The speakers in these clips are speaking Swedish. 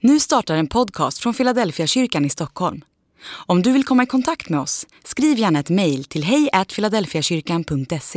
Nu startar en podcast från Philadelphia kyrkan i Stockholm. Om du vill komma i kontakt med oss, skriv gärna ett mejl till hej@philadelphiakyrkan.se.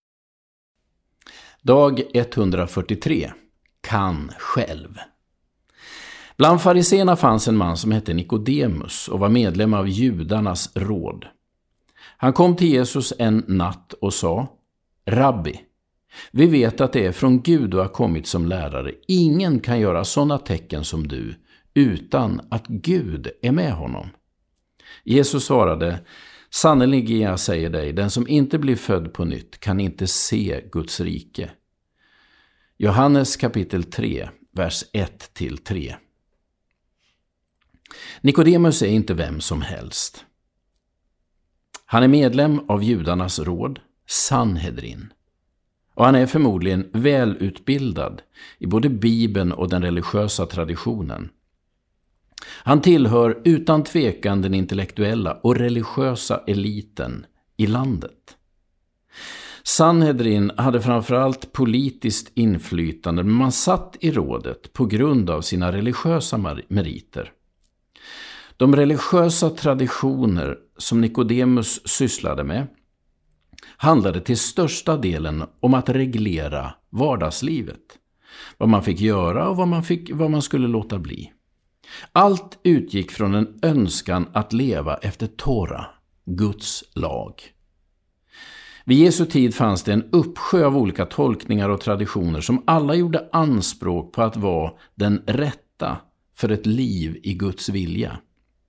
Dag 143. Kan själv. Bland fariséerna fanns en man som hette Nikodemus och var medlem av judarnas råd. Han kom till Jesus en natt och sa: Rabbi, vi vet att det är från Gud du har kommit som lärare. Ingen kan göra sådana tecken som du utan att Gud är med honom. Jesus svarade: Sannerligen jag säger dig, den som inte blir född på nytt kan inte se Guds rike. Johannes kapitel 3, vers 1-3. Nikodemus är inte vem som helst. Han är medlem av judarnas råd, Sanhedrin. Och han är förmodligen välutbildad i både Bibeln och den religiösa traditionen. Han tillhör utan tvekan den intellektuella och religiösa eliten i landet. Sanhedrin hade framförallt politiskt inflytande, men man satt i rådet på grund av sina religiösa meriter. De religiösa traditioner som Nikodemus sysslade med handlade till största delen om att reglera vardagslivet. Vad man fick göra och vad man skulle låta bli. Allt utgick från en önskan att leva efter Tora, Guds lag. Vid Jesu tid fanns det en uppsjö av olika tolkningar och traditioner som alla gjorde anspråk på att vara den rätta för ett liv i Guds vilja.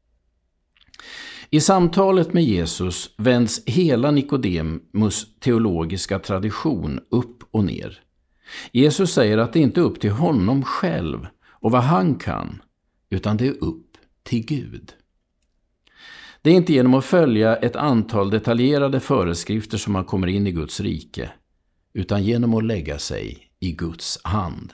I samtalet med Jesus vänds hela Nikodemus teologiska tradition upp och ner. Jesus säger att det inte är upp till honom själv och vad han kan, utan det är upp till Gud. Det är inte genom att följa ett antal detaljerade föreskrifter som man kommer in i Guds rike, utan genom att lägga sig i Guds hand.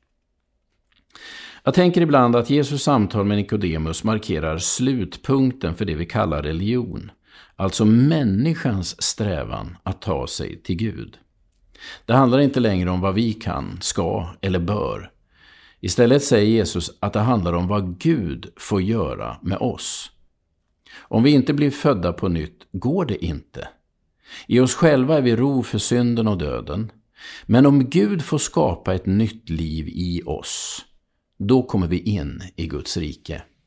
Jag tänker ibland att Jesus samtal med Nikodemus markerar slutpunkten för det vi kallar religion, alltså människans strävan att ta sig till Gud. Det handlar inte längre om vad vi kan, ska eller bör. Istället säger Jesus att det handlar om vad Gud får göra med oss. Om vi inte blir födda på nytt går det inte. I oss själva är vi ro för synden och döden. Men om Gud får skapa ett nytt liv i oss, då kommer vi in i Guds rike.